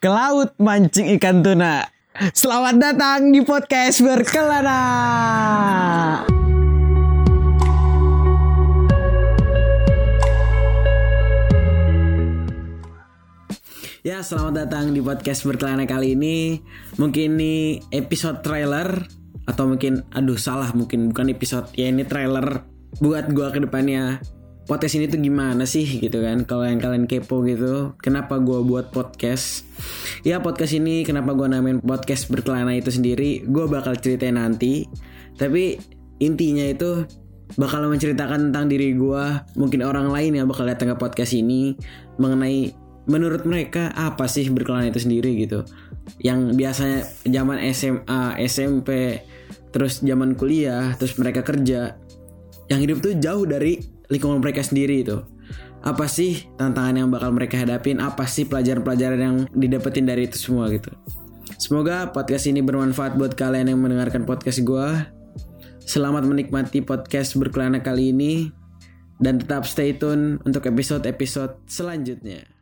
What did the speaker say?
ke laut mancing ikan tuna. Selamat datang di podcast Berkelana. Ya, selamat datang di podcast Berkelana kali ini. Mungkin ini episode trailer atau mungkin mungkin bukan episode. Ya ini trailer buat gua ke depannya. Podcast ini tuh gimana sih gitu kan? Kalau yang kalian kepo gitu, kenapa gua buat podcast? Ya podcast ini kenapa gua namain podcast Berkelana itu sendiri, gua bakal ceritain nanti. Tapi intinya itu bakal menceritakan tentang diri gua. Mungkin orang lain yang bakal datang ke podcast ini mengenai menurut mereka apa sih berkelana itu sendiri gitu. Yang biasanya zaman SMA, SMP, terus zaman kuliah, terus mereka kerja, yang hidup tuh jauh dari lingkungan mereka sendiri itu. Apa sih tantangan yang bakal mereka hadapin? Apa sih pelajaran-pelajaran yang didapetin dari itu semua gitu. Semoga podcast ini bermanfaat buat kalian yang mendengarkan podcast gue. Selamat menikmati podcast Berkelana kali ini. Dan tetap stay tune untuk episode-episode selanjutnya.